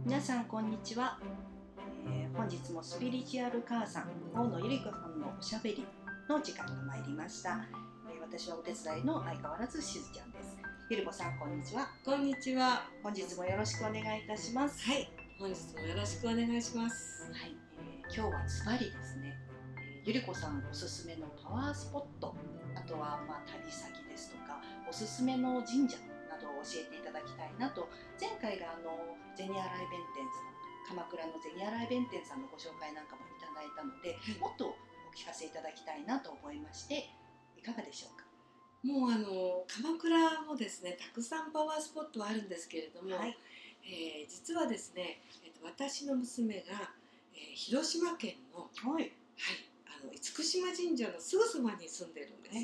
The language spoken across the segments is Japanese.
皆さんこんにちは、本日もスピリチュアル母さん大野ゆり子さんのおしゃべりの時間が参りました。私はお手伝いの相変わらずしずちゃんです。ゆり子さんこんにちは。 こんにちは。 本日もよろしくお願いいたします。 はい、本日もよろしくお願いします。 はい、今日はズバリですね、ゆり子さんおすすめのパワースポット、あとは旅先ですとかおすすめの神社などを教えていただきたいなと。前回が銭洗弁天さん、鎌倉の銭洗弁天さんのご紹介なんかもいただいたので、もっとお聞かせいただきたいなと思いまして、いかがでしょうか。 もう鎌倉もですね、たくさんパワースポットはあるんですけれども、実はですね、私の娘が、広島県の、厳島神社のすぐそばに住んでるんです。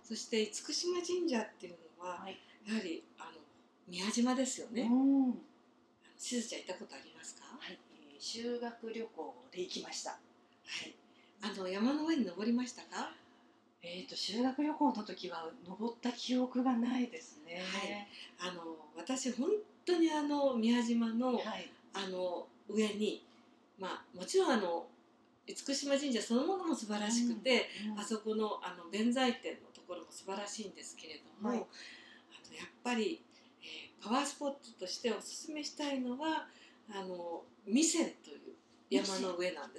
そして厳島神社っていうのは、やはり宮島ですよね。しずちゃん行ったことありますか？ 修学旅行で行きました。 山の上に登りましたか？ 修学旅行の時は登った記憶がないですね。 私本当に宮島の、上に、もちろん厳島神社そのものも素晴らしくて、あそこの弁財天のところも素晴らしいんですけれども、やっぱり、パワースポットとしておすすめしたいのは弥山という山の上なんです。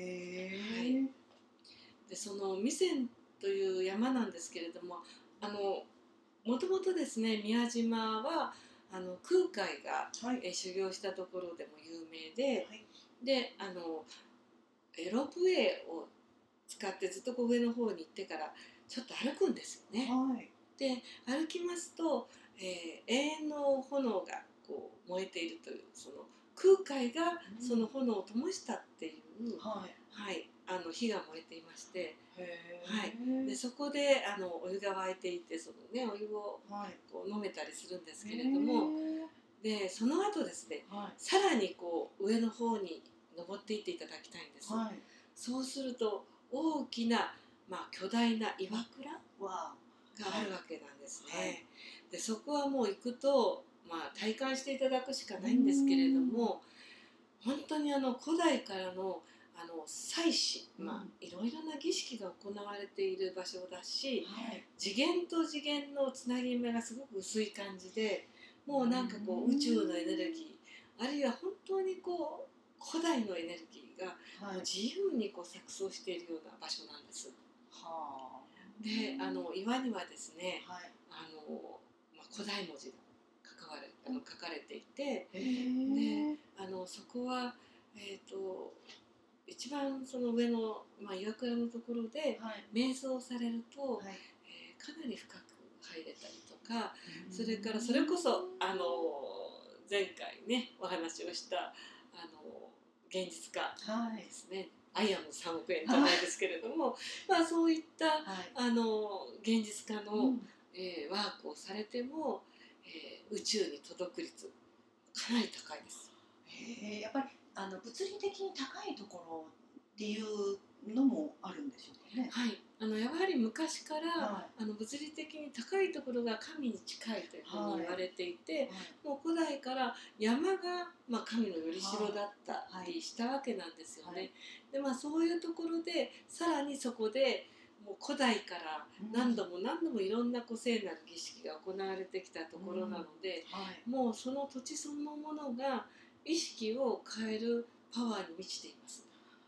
でその弥山という山なんですけれども、もともとですね、宮島は空海が、修行したところでも有名で、でロープウェイを使ってずっと上の方に行ってからちょっと歩くんですよね。で歩きますと、永遠の炎がこう燃えているという、その空海がその炎を灯したっていう、火が燃えていまして、でそこでお湯が沸いていて、そのね、お湯をこう飲めたりするんですけれども、でその後ですね、さらにこう上の方に登っていっていただきたいんです。そうすると大きな、巨大な岩倉があるわけなんですね。でそこはもう行くと、体感していただくしかないんですけれども、本当に古代からの祭祀、いろいろな儀式が行われている場所だし、次元と次元のつなぎ目がすごく薄い感じで、もうなんかこう宇宙のエネルギー、あるいは本当にこう古代のエネルギーがもう自由にこう錯綜しているような場所なんです。で岩にはですね、古代文字が書かれていて、でそこは、一番その上の、岩倉のところで瞑想されると、かなり深く入れたりとか、それからそれこそ前回ねお話をした現実化ですね、アイアム3億円じゃないですけれども、そういった、現実化の、ワークをされても、宇宙に届く率かなり高いです。 やっぱり物理的に高いところっていうのもあるんでしょうかね。 やはり昔から、物理的に高いところが神に近いというふうに言われていて、もう古代から山が、神のよりしろだったりしたわけなんですよね。でそういうところでさらにそこでもう古代から何度も何度もいろんな聖なる儀式が行われてきたところなので、もうその土地そのものが意識を変えるパワーに満ちています。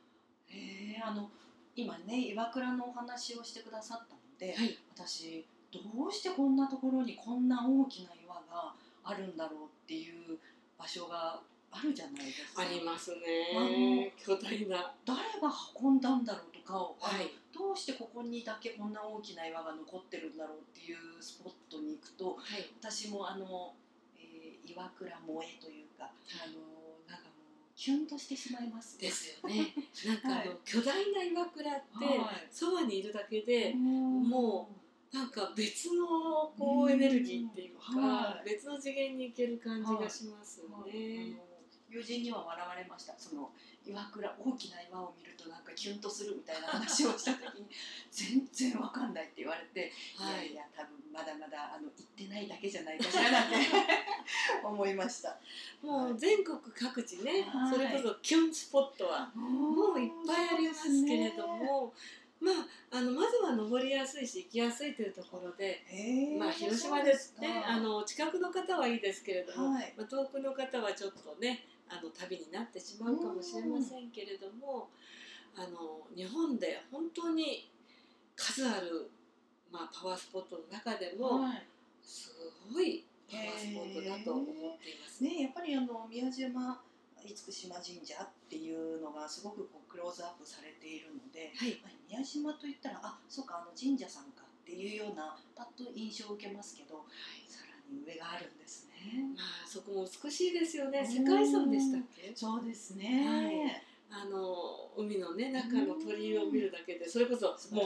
今ね岩倉のお話をしてくださったので、私どうしてこんなところにこんな大きな岩があるんだろうっていう場所があるじゃないですか。 ありますね。巨大な。 誰が運んだんだろうとか、どうしてここにだけこんな大きな岩が残ってるんだろうっていうスポットに行くと、私も岩倉萌えというか、なんかもうキュンとしてしまいますですよね。なんか巨大な岩倉ってそばにいるだけで、もうなんか別のこうエネルギーっていうか、別の次元に行ける感じがしますよね。 友人には笑われました。その岩倉、大きな岩を見るとなんかキュンとするみたいな話をした時に全然わかんないって言われて、いやいや多分まだまだだ行ってないだけじゃないかしらなんて思いました。 もう全国各地ね、 はい、 それこそキュンスポットはもういっぱいありますけれども、まずは登りやすいし行きやすいというところで、広島ですね、近くの方はいいですけれども、遠くの方はちょっとね旅になってしまうかもしれませんけれども、日本で本当に数ある、パワースポットの中でも、すごいパワースポットだと思っていますね。やっぱり宮島厳島神社っていうのがすごくクローズアップされているので、宮島といったらそうか神社さんかっていうようなパッと印象を受けますけど、さらに上があるんですね。 そこも美しいですよね。世界遺産でしたっけ？ そうですね。 海のね中の鳥居を見るだけでそれこそもう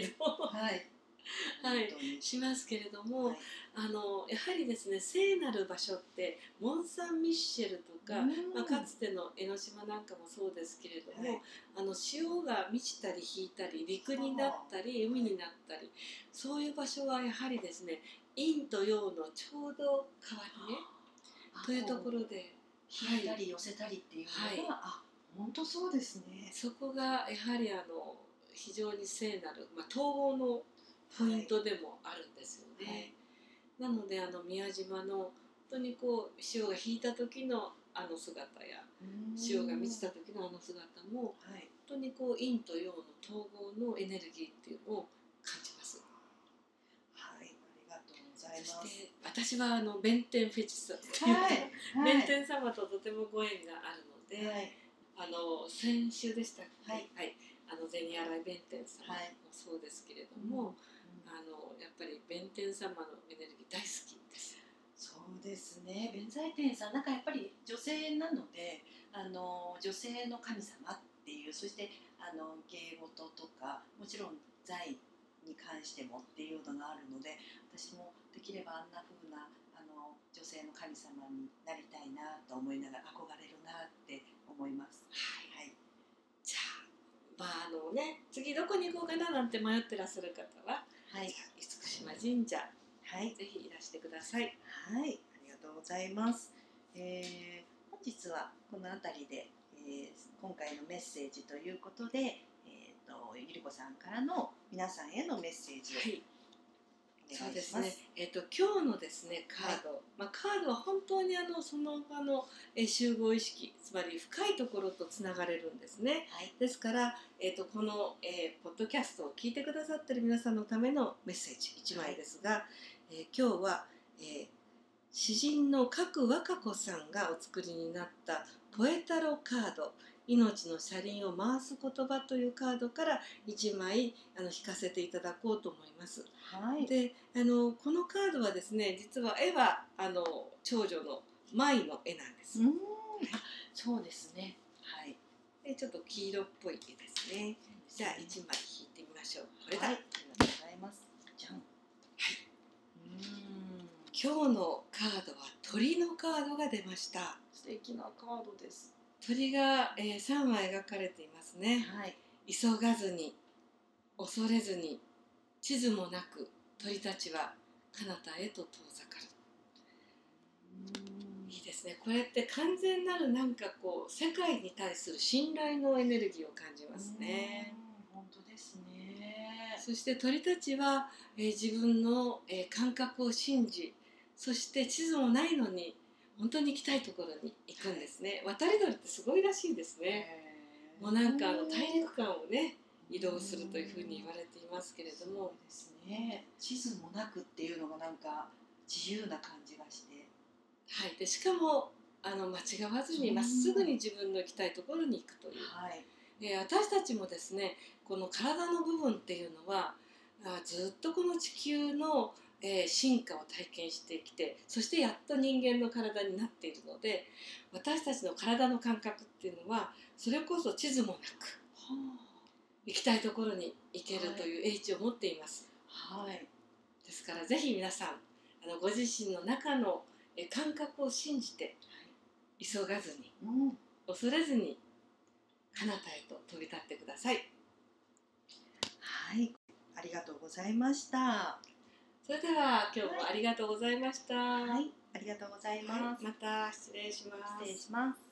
しますけれども、やはりですね聖なる場所ってモン・サン・ミッシェルとか、かつての江ノ島なんかもそうですけれども、潮が満ちたり引いたり陸になったり海になったり、そういう場所はやはりですね陰と陽のちょうど代わりねというところで引いたり寄せたりっていうのが、本当そうですね。 そこがやはり非常に聖なる、統合のポイントでもあるんですよね。なので宮島の本当に潮が引いた時の姿や潮が満ちた時の姿も、本当に陰と陽の統合のエネルギーっていうのを感じます。 ありがとうございます。 そして私は弁天フェチスタっていうか、弁天様ととてもご縁があるので、先週でしたっけ、銭洗弁天様もそうですけれども、やっぱり弁天様のエネルギー大好きです。 そうですね。弁財天さんやっぱり女性なので女性の神様っていう、そして芸事とかもちろん財に関してもっていうのがあるので、私もできればあんな風な女性の神様になりたいなと思いながら憧れるなって思います。 じゃあ次どこに行こうかななんて迷ってらっしゃる方は、厳島神社、ぜひいらしてください。 ありがとうございます。本日はこの辺りで、今回のメッセージということで、ゆりこさんからの皆さんへのメッセージをお願いします。 今日のですねカード、カードは本当にその場の集合意識、つまり深いところとつながれるんですね。ですから、この、ポッドキャストを聞いてくださっている皆さんのためのメッセージ1枚ですが、今日は、詩人の賀来和歌子さんがお作りになったポエタロカード、命の車輪を回す言葉というカードから1枚引かせていただこうと思います。でこのカードはですね、実は絵は長女の舞の絵なんです。 そうですね。 でちょっと黄色っぽい絵ですね。じゃあ1枚引いてみましょう。これだ。 ありがとうございます。じゃん。 今日のカードは鳥のカードが出ました。 素敵なカードです。 鳥が、3枚描かれていますね。急がずに、恐れずに、地図もなく鳥たちは彼方へと遠ざかる。いいですね。これって完全なる世界に対する信頼のエネルギーを感じますね。 本当ですね。 そして鳥たちは、自分の、感覚を信じ、そして地図もないのに本当に行きたいところに行くんですね。渡り鳥ってすごいらしいですね。もう大陸間をね移動するというふうに言われていますけれども、 そうですね。地図もなくっていうのが自由な感じがして、 でしかも間違わずにまっすぐに自分の行きたいところに行くという、私たちもですね、この体の部分っていうのはずっとこの地球の進化を体験してきて、そしてやっと人間の体になっているので、私たちの体の感覚っていうのはそれこそ地図もなく行きたいところに行けるという英知を持っています。ですからぜひ皆さんご自身の中の感覚を信じて、急がずに、恐れずに彼方へと飛び立ってください。 ありがとうございました。 それでは今日もありがとうございました。 はい、ありがとうございます。 また失礼します。 失礼します。